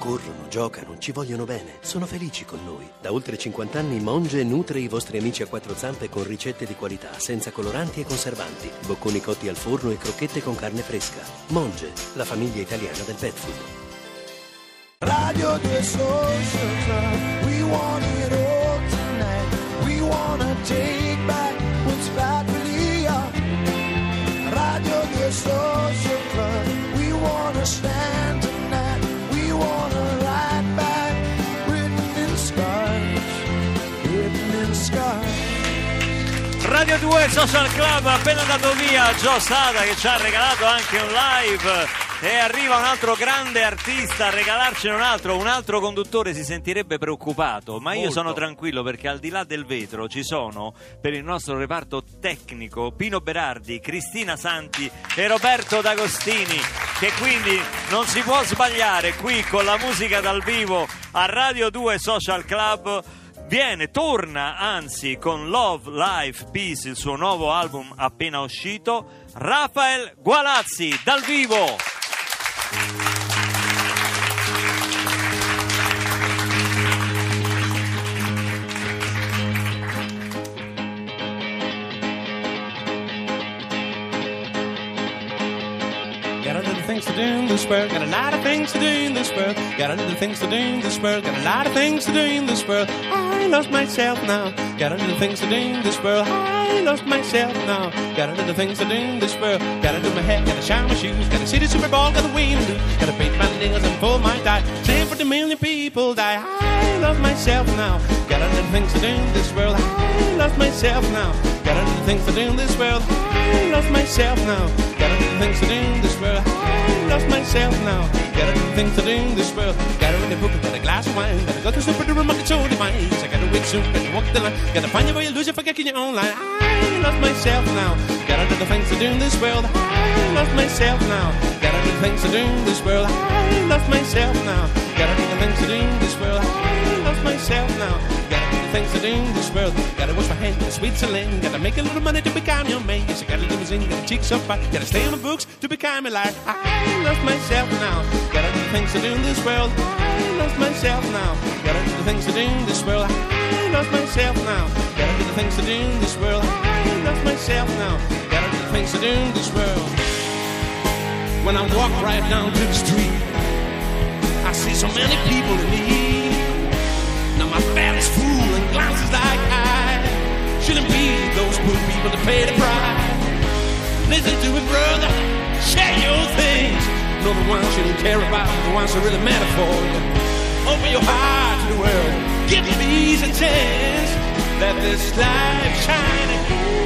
corrono, giocano, ci vogliono bene, sono felici con noi. Da oltre 50 anni Monge nutre i vostri amici a quattro zampe con ricette di qualità, senza coloranti e conservanti, bocconi cotti al forno e crocchette con carne fresca. Monge, la famiglia italiana del pet food. Radio 2 Social Club, we want it all tonight. We wanna take back what's rightfully ours. Radio 2 Social Club, we wanna stand tonight. We wanna ride back, written in scars, written in scars. Radio 2 Social Club, appena andato via Joe Sada, che ci ha regalato anche un live. E arriva un altro grande artista a regalarcene un altro conduttore si sentirebbe preoccupato, ma io sono tranquillo perché al di là del vetro ci sono per il nostro reparto tecnico Pino Berardi, Cristina Santi e Roberto D'Agostini, che quindi non si può sbagliare qui con la musica dal vivo a Radio 2 Social Club. Torna anzi con Love, Life, Peace, il suo nuovo album appena uscito, Rafael Gualazzi dal vivo. Got a little things to do in this world, got a lot of things to do in this world, got a little things to do in this world, got a lot of things to do in this world. I lost myself now, got a little things to do in this world. I lost myself now, got a little things to do in this world. Gotta do my hair, gotta shine my shoes, gotta see the Super Bowl, gotta win and lose, gotta paint my nails and pull my tie, sing for the million people die. I lost myself now, got a little things to do in this world. I lost myself now, got a little things to do in this world. I lost myself now, got a little things to do in this world. I lost myself now, got a little things to do in this world. Gotta read a book, got a glass of wine, gotta go to super duper market show divine. I gotta wait soon, gotta walk the line, gotta find your way, lose your forget in your own line. I lost myself now, got a little things to do in this world. I lost myself now, got a little things to do in this world. I lost myself now, got a little things to do in this world. I lost myself now, got a little things to do in this world. Gotta wash my hands in Switzerland, gotta make a little money to become your man. Yes, I got a limousine, got a cheek so fat, gotta stay on my books to become a liar. I lost myself now, got a little things to do in this world. I lost myself now, got a little things to do in this world. I lost myself now, got a little things to do in this world. I lost myself now, got a little things to do in this world. When I walk right down to the street, I see so many people in need. Now my fat is full and glances like I shouldn't be those poor people to pay the price. Listen to it, brother, share your things. No, the ones you don't care about, the ones that really matter for you. Open your heart to the world, give peace a chance. Let this light shine again.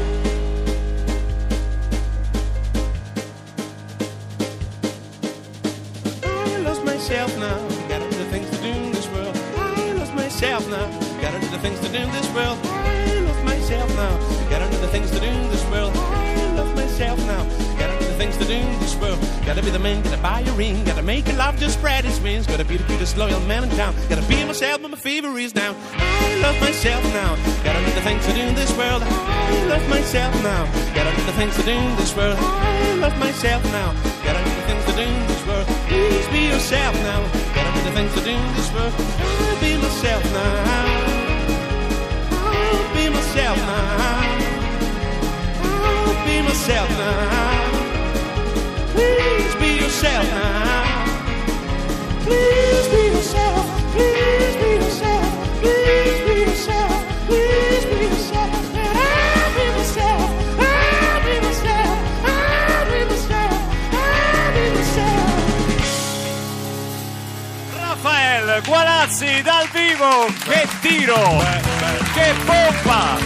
I lost myself now, got other things to do in this world. I lost myself now, got other things to do in this world. I lost myself now, got other things to do in this world. I lost myself now, got other things to do in this world. Gotta be the man, gotta buy a ring, gotta make a love, just spread his wings. Gotta be the cutest loyal man in town, gotta be myself, but my fever is down. I lost myself now, got other things to do in this world. I lost myself now, got other things to do in this world. I lost myself now, got other things to do in this world. Please be yourself now, got other things to do in this world. I'll be myself now, I'll be myself now, I'll be myself now. Please be yourself now. Please be yourself. Please be yourself. Please be yourself. Please be yourself. I'll be myself. I'll be myself. I'll be myself. I'll be myself. Rafael Gualazzi dal vivo, che tiro, che pompa.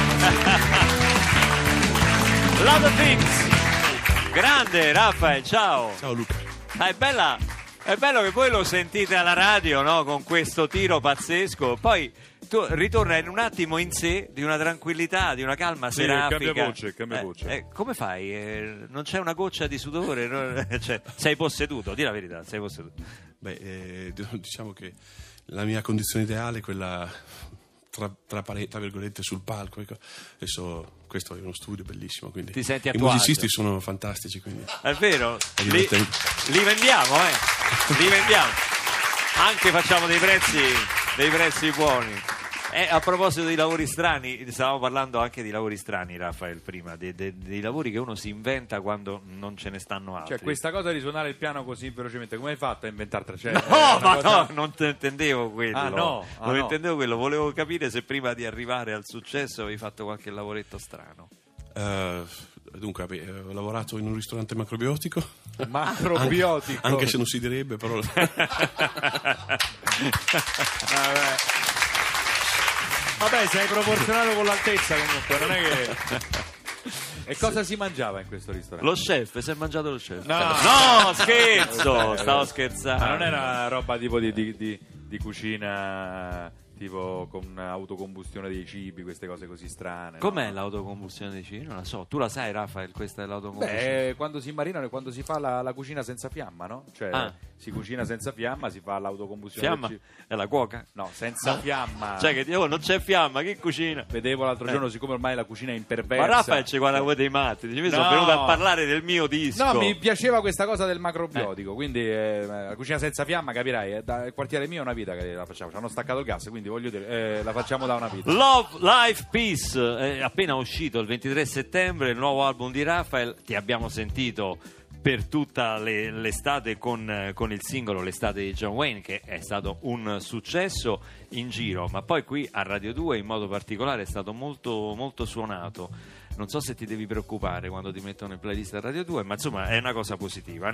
Lot of things. Grande Rafael, ciao. Ciao Luca. È bello che voi lo sentite alla radio, no? Con questo tiro pazzesco. Poi tu ritorna in un attimo in sé, di una tranquillità, di una calma serafica. Cambia voce. Come fai? Non c'è una goccia di sudore? Cioè, sei posseduto, di la verità, sei posseduto. Diciamo che la mia condizione ideale è quella tra virgolette sul palco, ecco. Adesso questo è uno studio bellissimo, quindi ti senti a i tuo musicisti agio. sono fantastici, quindi è vero, è li vendiamo, li vendiamo. Anche facciamo dei prezzi buoni. A proposito di lavori strani, stavamo parlando anche di lavori strani, Raffaele, prima, dei lavori che uno si inventa quando non ce ne stanno altri. Cioè, questa cosa di suonare il piano così velocemente, come hai fatto a inventartela? Cioè, No, non intendevo quello. No. Intendevo quello, volevo capire se prima di arrivare al successo avevi fatto qualche lavoretto strano. Dunque, ho lavorato in un ristorante macrobiotico. Macrobiotico? Anche se non si direbbe, però... Vabbè, sei proporzionato con l'altezza comunque, non è che... E cosa si mangiava in questo ristorante? Lo chef, si è mangiato lo chef? No, scherzo, stavo scherzando. Ma non è una roba tipo di cucina, tipo con autocombustione dei cibi, queste cose così strane? Com'è no? l'autocombustione dei cibi? Non la so. Tu la sai, Raffaele, questa è l'autocombustione? Beh, quando si marinano e quando si fa la cucina senza fiamma, no? Cioè, si cucina senza fiamma, si fa l'autocombustione Fiamma? del cibo. È la cuoca? No, senza fiamma. Cioè che dicevo, non c'è fiamma, che cucina? Vedevo l'altro giorno, siccome ormai la cucina è imperversa. Ma Raffaele c'è guarda voi dei matti. Dice, sono venuto a parlare del mio disco. No, mi piaceva questa cosa del macrobiotico, quindi la cucina senza fiamma, capirai, il quartiere mio è una vita che la facciamo, ci hanno staccato il gas, quindi voglio dire, la facciamo da una vita. Love, Life, Peace è appena uscito il 23 settembre il nuovo album di Raffaele. Ti abbiamo sentito per tutta l'estate con il singolo L'estate di John Wayne, che è stato un successo in giro, ma poi qui a Radio 2 in modo particolare è stato molto, molto suonato. Non so se ti devi preoccupare quando ti mettono in playlist a Radio 2, ma insomma è una cosa positiva,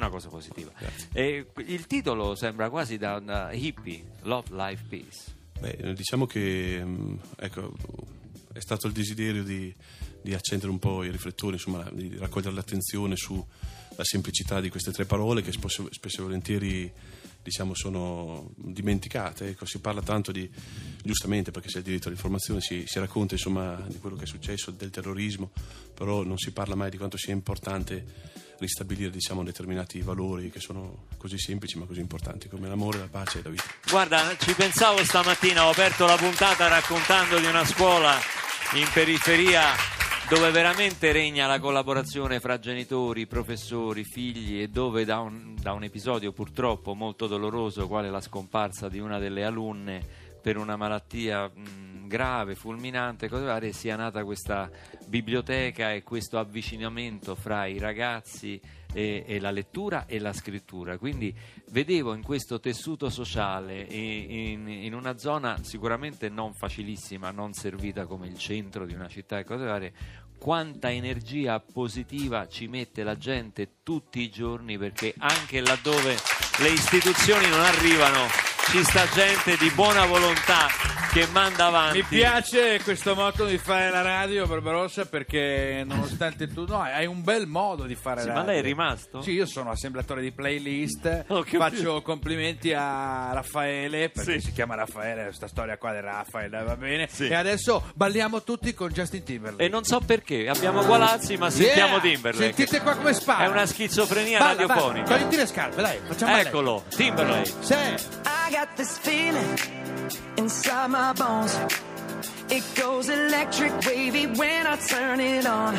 E il titolo sembra quasi da hippie, Love, Life, Peace. Beh, diciamo che ecco, è stato il desiderio di accendere un po' i riflettori, insomma, di raccogliere l'attenzione sulla semplicità di queste tre parole che spesso e volentieri, diciamo, sono dimenticate. Ecco, si parla tanto di, giustamente perché c'è il diritto all'informazione, si racconta insomma di quello che è successo, del terrorismo, però non si parla mai di quanto sia importante ristabilire, diciamo, determinati valori che sono così semplici ma così importanti come l'amore, la pace e la vita. Guarda, ci pensavo stamattina, ho aperto la puntata raccontando di una scuola in periferia dove veramente regna la collaborazione fra genitori, professori, figli, e dove da un episodio purtroppo molto doloroso, quale la scomparsa di una delle alunne per una malattia grave, fulminante, cose varie, sia nata questa biblioteca e questo avvicinamento fra i ragazzi e la lettura e la scrittura. Quindi vedevo in questo tessuto sociale, in una zona sicuramente non facilissima, non servita come il centro di una città e cose varie, quanta energia positiva ci mette la gente tutti i giorni, perché anche laddove le istituzioni non arrivano ci sta gente di buona volontà che manda avanti. Mi piace questo motto di fare la radio, Barbarossa, perché nonostante tutto, no, hai un bel modo di fare radio. Ma lei è rimasto? Sì, io sono assemblatore di playlist, faccio complimenti a Raffaele, perché si chiama Raffaele, questa storia qua del Raffaele, va bene? Sì. E adesso balliamo tutti con Justin Timberlake. E non so perché, abbiamo Gualazzi ma sentiamo Timberlake. Sentite qua come spara. È una schizofrenia radiofonica. Togliti le scarpe, dai, facciamo Eccolo, Timberlake. I got this feeling inside my bones. It goes electric wavy when I turn it on.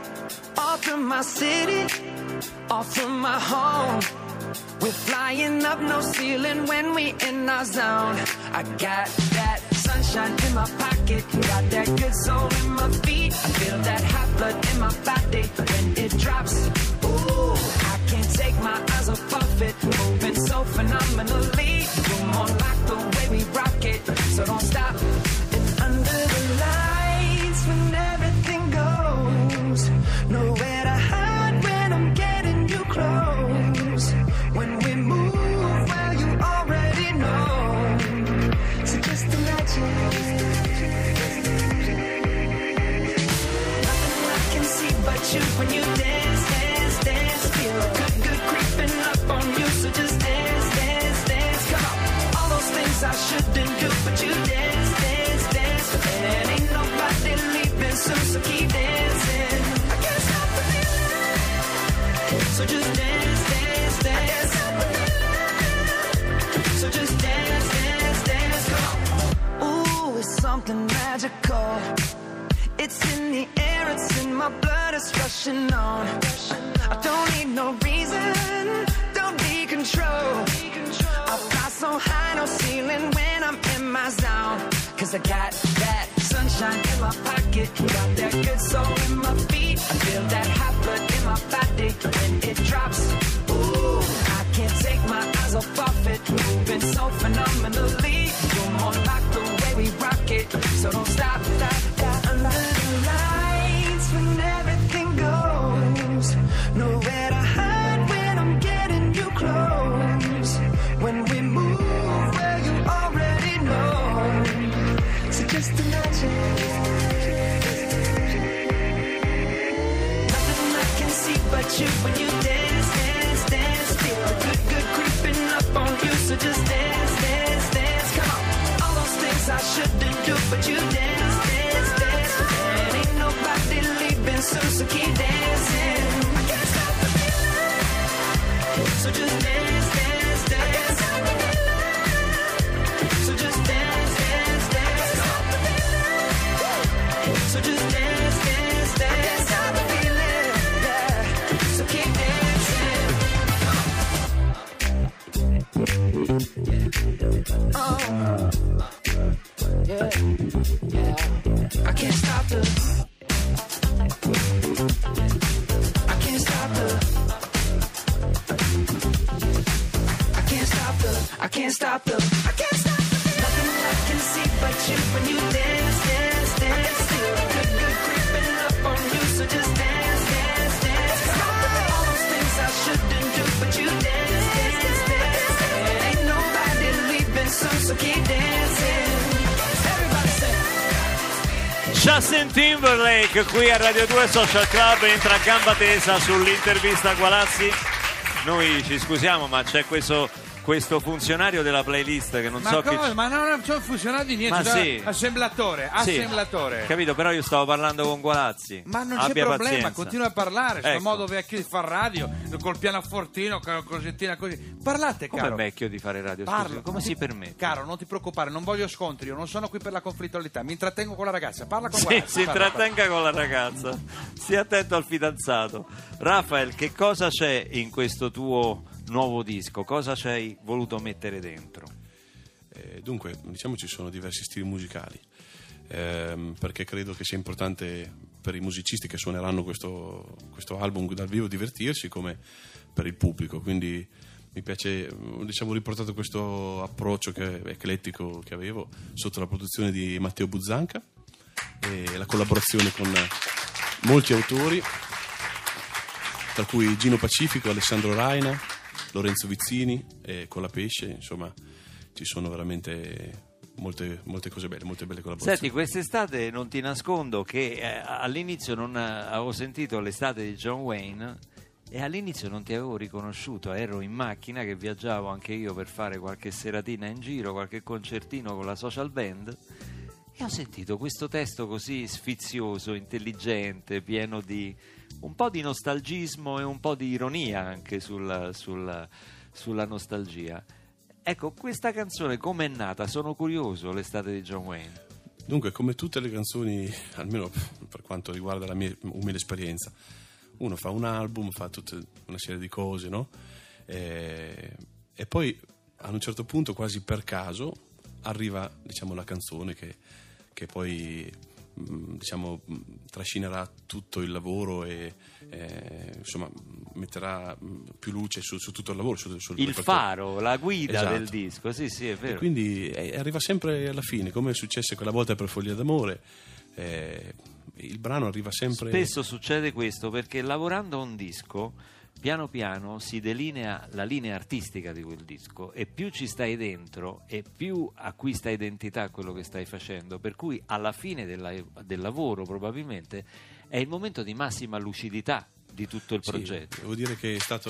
Off from my city, off from my home. We're flying up no ceiling when we in our zone. I got that sunshine in my pocket, got that good soul in my feet. I feel that hot blood in my body when it drops. Ooh, I can't take my eyes off of it, moving so phenomenally. You're more like the way we rock it, so don't stop. And under the lights when everything goes, nowhere to hide when I'm getting you close. When we move, well, you already know. So just imagine. Nothing I can see but you when you dance, dance, dance. Feel good creeping up on you. So just dance, dance, dance. Come on. All those things I shouldn't do, but you dance, dance, dance. And ain't nobody leaving soon, so keep dancing. I can't stop the feeling. So just dance, dance, dance. So just dance, dance, dance. Come on. Ooh, it's something magical. It's in the air, it's in my blood, it's rushing on. I don't need no reason, don't be control. I fly so high, no eyes down, 'cause I got that sunshine in my pocket, got that good soul in my feet. I feel that hot blood in my body when it drops. Ooh, I can't take my eyes off it, moving so phenomenally. You're more like the way we rock it, so don't stop, stop, stop. Under the lights when everything goes, nowhere to hide when I'm getting you close. When we move, well, you already know. So just imagine. Nothing I can see but you when you dance, dance, dance. Feel the good, good creeping up on you. So just dance, dance, dance. Come on. All those things I shouldn't do, but you dance, dance, dance. And ain't nobody leaving soon, so keep dancing. I can't stop the feeling. So just dance, dance, dance. So just dance, dance, dance. So just dance, dance, dance. Stop the feeling, yeah. So keep dancing. Oh, yeah, yeah. I can't stop the. I can't stop the. I can't stop the. I can't stop the. I can't stop the. Nothing I can see but you when you dance, dance, dance. Feel good, good creeping up on you. So just dance, dance, dance. All those things I shouldn't do, but you dance, dance, dance. And ain't nobody leaving soon, so keep dancing. Everybody sing. Justin Timberlake qui a Radio 2 Social Club entra a gamba tesa sull'intervista a Gualazzi. Noi ci scusiamo, ma c'è questo funzionario della playlist che non ma so come? che... Ma non c'è funzionario di niente, Ma cioè, sì. assemblatore. Capito, però io stavo parlando con Gualazzi. Ma non c'è Abbia problema, pazienza. continua a parlare, sto Ecco. modo vecchio di far radio, col pianofortino, con la cosettina così. Parlate, Come caro. è vecchio di fare radio? Parla, Scusi, come non si ti- permette? Caro, non ti preoccupare, non voglio scontri, io non sono qui per la conflittualità, mi intrattengo con la ragazza, parla con Sì, Gualazzi, si parla. intrattenga con la ragazza. Stia attento al fidanzato. Rafael, che cosa c'è in questo tuo nuovo disco? Cosa ci hai voluto mettere dentro? Dunque, diciamo ci sono diversi stili musicali, perché credo che sia importante per i musicisti che suoneranno questo album dal vivo divertirsi come per il pubblico, quindi mi piace, diciamo, riportato questo approccio eclettico che avevo sotto la produzione di Matteo Buzzanca e la collaborazione con molti autori, tra cui Gino Pacifico, Alessandro Raina, Lorenzo Vizzini e Colapesce, insomma ci sono veramente molte cose belle, molte belle collaborazioni. Senti, quest'estate non ti nascondo che all'inizio non avevo sentito l'estate di John Wayne e all'inizio non ti avevo riconosciuto, ero in macchina che viaggiavo anche io per fare qualche seratina in giro, qualche concertino con la social band e ho sentito questo testo così sfizioso, intelligente, pieno di un po' di nostalgismo e un po' di ironia anche sulla nostalgia. Ecco, questa canzone com'è nata? Sono curioso, l'estate di John Wayne. Dunque, come tutte le canzoni, almeno per quanto riguarda la mia umile esperienza, uno fa un album, fa tutta una serie di cose, no? E poi a un certo punto, quasi per caso, arriva, diciamo, la canzone che poi, diciamo, trascinerà tutto il lavoro e insomma metterà più luce su tutto il lavoro, sul Il faro, la guida Esatto. del disco, sì, è vero. E quindi arriva sempre alla fine, come è successo quella volta per Foglia d'amore. Il brano arriva sempre. Spesso succede questo perché lavorando a un disco piano piano si delinea la linea artistica di quel disco e più ci stai dentro e più acquista identità quello che stai facendo, per cui alla fine del lavoro probabilmente è il momento di massima lucidità di tutto il progetto. Devo dire che è stato.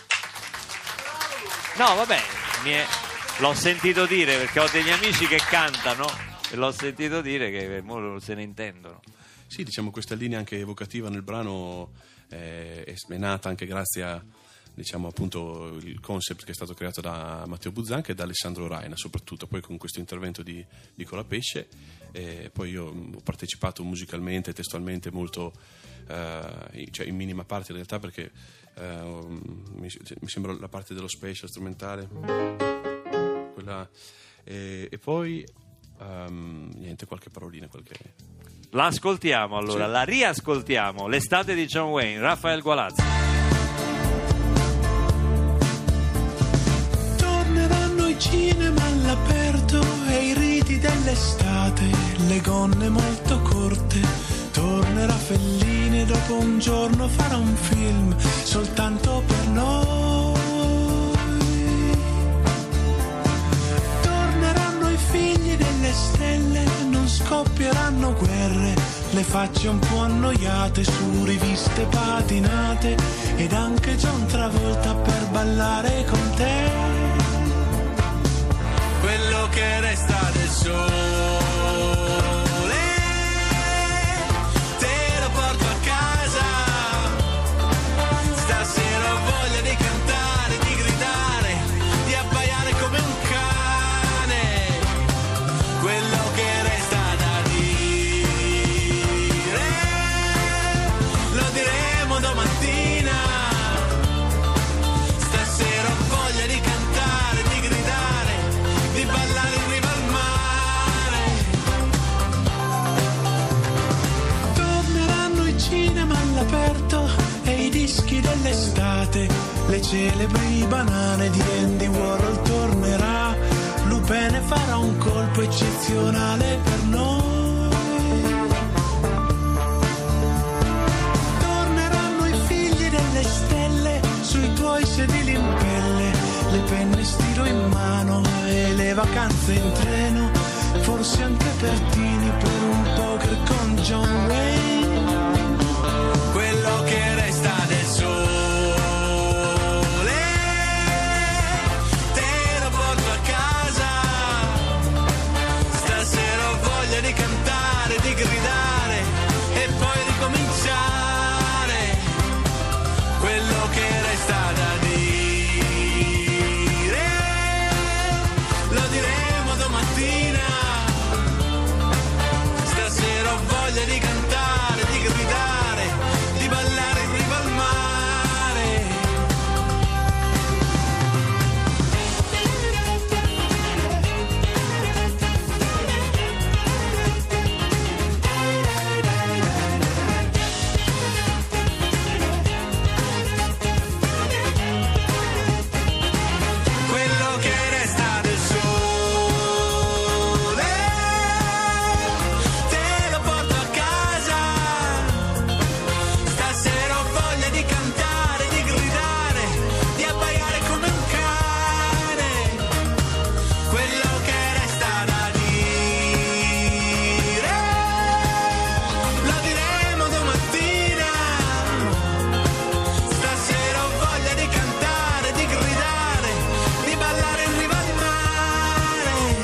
No, vabbè, l'ho sentito dire perché ho degli amici che cantano e l'ho sentito dire che mo se ne intendono. Sì, diciamo, questa linea anche evocativa nel brano è nata anche grazie a, diciamo, appunto il concept che è stato creato da Matteo Buzzanca e da Alessandro Raina, soprattutto poi con questo intervento di Colapesce. Poi io ho partecipato musicalmente, testualmente molto, cioè in minima parte in realtà, perché mi sembra la parte dello special strumentale quella, e poi Niente, qualche parolina, qualche... La ascoltiamo allora, la riascoltiamo. L'estate di John Wayne, Rafael Gualazzi. Torneranno i cinema all'aperto e i riti dell'estate, le gonne molto corte. Tornerà Fellini e dopo un giorno farà un film soltanto per noi. Torneranno i figli delle stelle, non scoppieranno guerre, le facce un po' annoiate su riviste patinate, ed anche John Travolta per ballare con te. Quello che resta del sole te lo porto a casa. Stasera ho voglia di cantare, di gridare, di abbaiare come un cane. Quello che resta da dire lo diremo domattina. Stasera ho voglia di cantare, di gridare, di ballare in riva al mare. Torneranno i cinema all'aperto e i dischi dell'estate, le celebri banane di Andy Warhol tornerà. Lupin farà un colpo eccezionale per noi. Torneranno i figli delle stelle sui tuoi sedili in pelle, le penne stilo in mano e le vacanze in treno, forse anche Pertini per un poker con John Wayne. Quello che resta del sole te lo porto a casa. Stasera ho voglia di cantare, di gridare e poi ricominciare. Quello che resta da dire lo diremo domattina. Stasera ho voglia di cantare, di gridare, di ballare in riva al mare. Quello che resta del sole te lo porto a casa. Stasera ho voglia di cantare, di gridare, di abbaiare come un cane. Quello che resta da dire lo diremo domattina. Stasera ho voglia di cantare, di gridare, di ballare in riva al mare.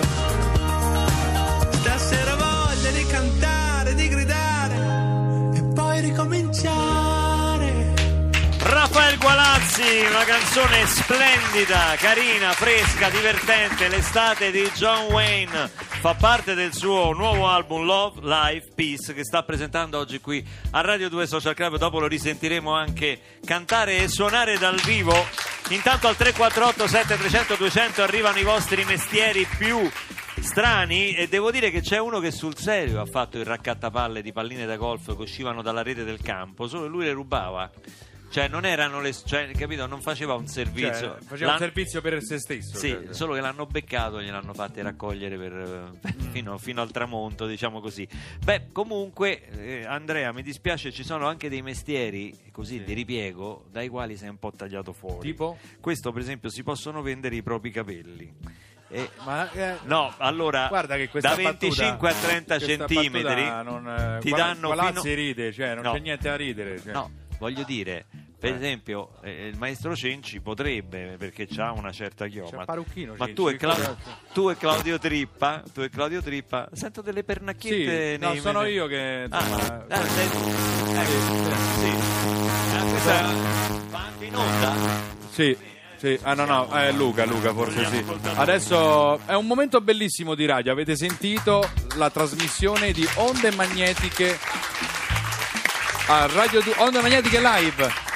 Stasera ho voglia di cantare, di gridare e poi ricominciare. Rafael Gualazzi, una canzone splendida, carina, fresca, divertente, l'estate di John Wayne, fa parte del suo nuovo album Love, Life, Peace, che sta presentando oggi qui a Radio 2 Social Club. Dopo lo risentiremo anche cantare e suonare dal vivo. Intanto al 348 7300 200 arrivano i vostri mestieri più strani, e devo dire che c'è uno che sul serio ha fatto il raccattapalle di palline da golf che uscivano dalla rete del campo, solo lui le rubava. Cioè non erano le, cioè, capito, non faceva un servizio, faceva un servizio per se stesso. sì, cioè. solo che l'hanno beccato, gliel'hanno fatti raccogliere fino al tramonto, diciamo così. Beh, comunque Andrea, mi dispiace, ci sono anche dei mestieri così di ripiego dai quali sei un po' tagliato fuori. Tipo? Questo per esempio, si possono vendere i propri capelli. No, allora guarda che questa da 25 battuta, a 30 centimetri ti danno Palazzi ride, cioè non no, c'è niente da ridere, cioè. No, voglio dire, per esempio il maestro Cenci potrebbe, perché c'ha una certa chioma, parrucchino, ma Cenci, tu e Claudio Trippa sento delle pernacchiette sì, no, sono io che insomma, sei tu. Sì. Questa va anche in onda? Sì. Sì, no, è Luca forse sì. Adesso è un momento bellissimo di radio. Avete sentito la trasmissione di Onde Magnetiche a Radio 2, Onde Magnetiche Live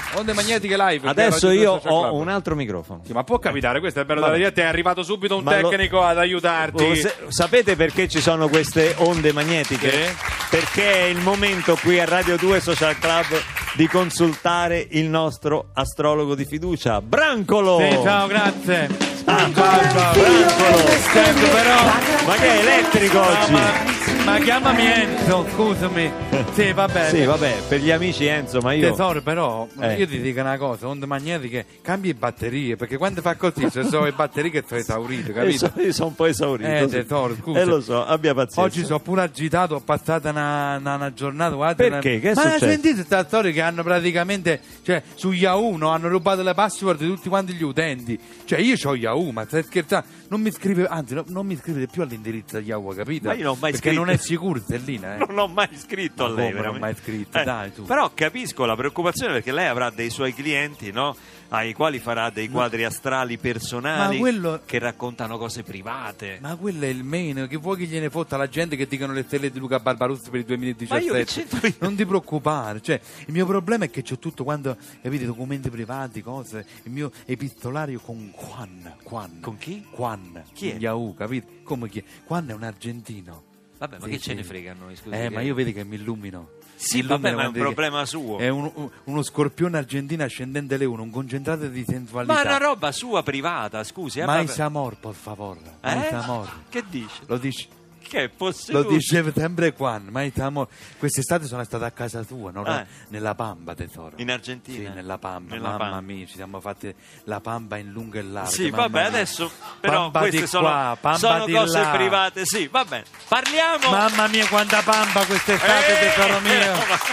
Onde Magnetiche Live. Adesso io ho un altro microfono. Sì, ma può capitare, questo è bello della diretta, è arrivato subito un tecnico ad aiutarti. Sapete perché ci sono queste onde magnetiche? Perché è il momento qui a Radio 2 Social Club di consultare il nostro astrologo di fiducia, Brancolo. Sì, ciao, grazie. Brancolo. Sento però. Ma che è elettrico oggi? Ma chiamami Enzo, scusami. Sì, vabbè. Sì, vabbè, per gli amici Enzo, ma io... Tesoro, però, io ti dico una cosa, onde magnetiche, cambi batterie, perché quando fa così, se sono le batterie che sono esaurite, capito? Io sono un po' esaurito. Tesoro, scusa. Lo so, abbia pazienza. Oggi sono pure agitato, ho passato una giornata, guarda. Perché? Che è ma successo? sentite questa storia che hanno praticamente, cioè, su Yahoo, no, hanno rubato le password di tutti quanti gli utenti. Cioè, io ho Yahoo, ma stai scherzando? Non mi scrive, anzi, non mi scrivete più all'indirizzo di Yahoo, capito? Ma io non ho mai perché scritto. non è sicuro, Stellina, Non ho mai scritto a lei, non ho mai scritto, dai, tu. Però capisco la preoccupazione, perché lei avrà dei suoi clienti, no? Ai quali farà dei quadri astrali personali, ma quello... che raccontano cose private. Ma quello è il meno, che vuoi che gliene fotta la gente che dicono le stelle di Luca Barbarossa per il 2017? Ma io che c'entro io? Non ti preoccupare, cioè, il mio problema è che c'ho tutto quando, capite, documenti privati, cose, il mio epistolario con Juan. Con chi? Juan. Chi è? Yahoo, capite? Come chi è? Juan è un argentino. Vabbè, ma Sì, che ce sì. ne frega a noi, scusi? Ma io vedi che mi illumino. Sì, vabbè, ma è un problema suo. È uno scorpione argentino ascendente Leone, un concentrato di sensualità. Ma è una roba sua privata, scusi. Mais amor, por favor. Mais amor. Che dice? Lo dici? Che è possibile? Lo dice sempre Juan, mais amor. Quest'estate sono stato a casa tua, no? Nella Pampa, tesoro. In Argentina? Sì, nella Pampa. Nella Mamma Pampa. mia, ci siamo fatti la Pampa in lungo e largo. Sì, mamma vabbè, mia. adesso però Pampa queste di sono, qua, Pampa sono di cose là. private. Sì, vabbè. Parliamo. Mamma mia, quanta Pampa quest'estate, tesoro mio.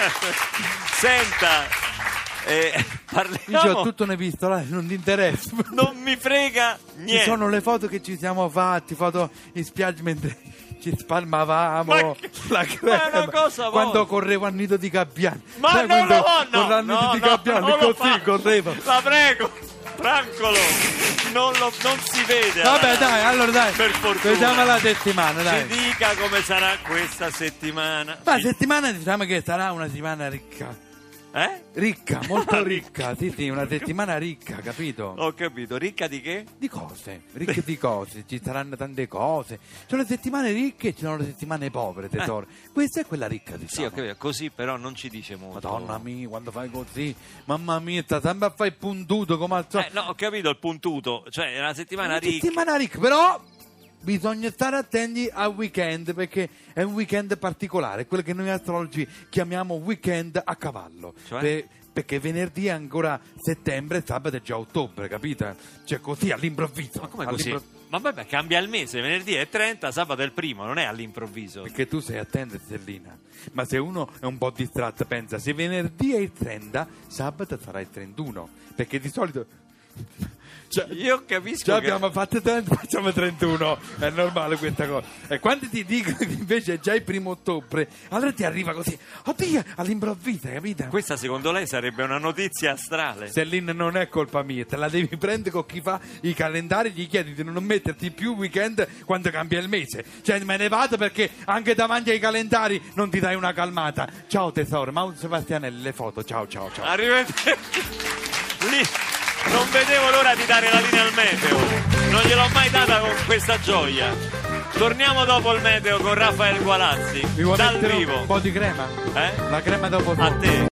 Senta, Io parliamo. ho tutto un epistolario, non ti interessa. Non mi frega niente. Ci sono le foto che ci siamo fatti, foto in spiaggia mentre ci spalmavamo Ma che- la crema. ma è una cosa quando vostra. correvo al nido di gabbiani. Ma Sai no, quando no, corro al nido di gabbiani, non lo così fa. correvo. La prego, Brancolo, non si vede. Vabbè, dai, allora dai. Per fortuna. Vediamo la settimana, dai. Ci dica come sarà questa settimana. Ma la settimana diciamo che sarà una settimana ricca. Ricca, molto ricca. Sì, una settimana ricca, capito? Ho capito, ricca di che? Di cose, ricche di cose, ci saranno tante cose. Ci sono le settimane ricche e ci sono le settimane povere, tesoro. Questa è quella ricca, diciamo. Sì, ho capito, così però non ci dice molto. Madonna mia, quando fai così, mamma mia, sta sempre a fare il puntuto come al solito. No, ho capito il puntuto, cioè è una settimana ricca. Settimana ricca, però bisogna stare attenti al weekend perché è un weekend particolare, quello che noi astrologi chiamiamo weekend a cavallo. Cioè? Perché venerdì è ancora settembre e sabato è già ottobre, capite? Cioè così all'improvviso. Ma come così? Ma vabbè, cambia il mese, venerdì è 30, sabato è il primo, non è all'improvviso. Perché tu sei attenta, Stellina. Ma se uno è un po' distratto, pensa, se venerdì è il 30, sabato sarà il 31. Perché di solito... Cioè, io capisco già che abbiamo fatto 30, facciamo 31. È normale questa cosa. E quando ti dicono che invece è già il 1° ottobre, allora ti arriva così, oddio, all'improvviso, capito? questa secondo lei sarebbe una notizia astrale. Stellina, non è colpa mia, te la devi prendere con chi fa i calendari, gli chiedi di non metterti più weekend quando cambia il mese. Cioè me ne vado perché anche davanti ai calendari non ti dai una calmata. Ciao tesoro, Mauro Sebastianelli, le foto, ciao. Arrivederci. Lì non vedevo l'ora di dare la linea al meteo, non gliel'ho mai data con questa gioia. Torniamo dopo il meteo con Raffaele Gualazzi Mi vuoi dal mettere vivo. un po' di crema? La crema dopo A te.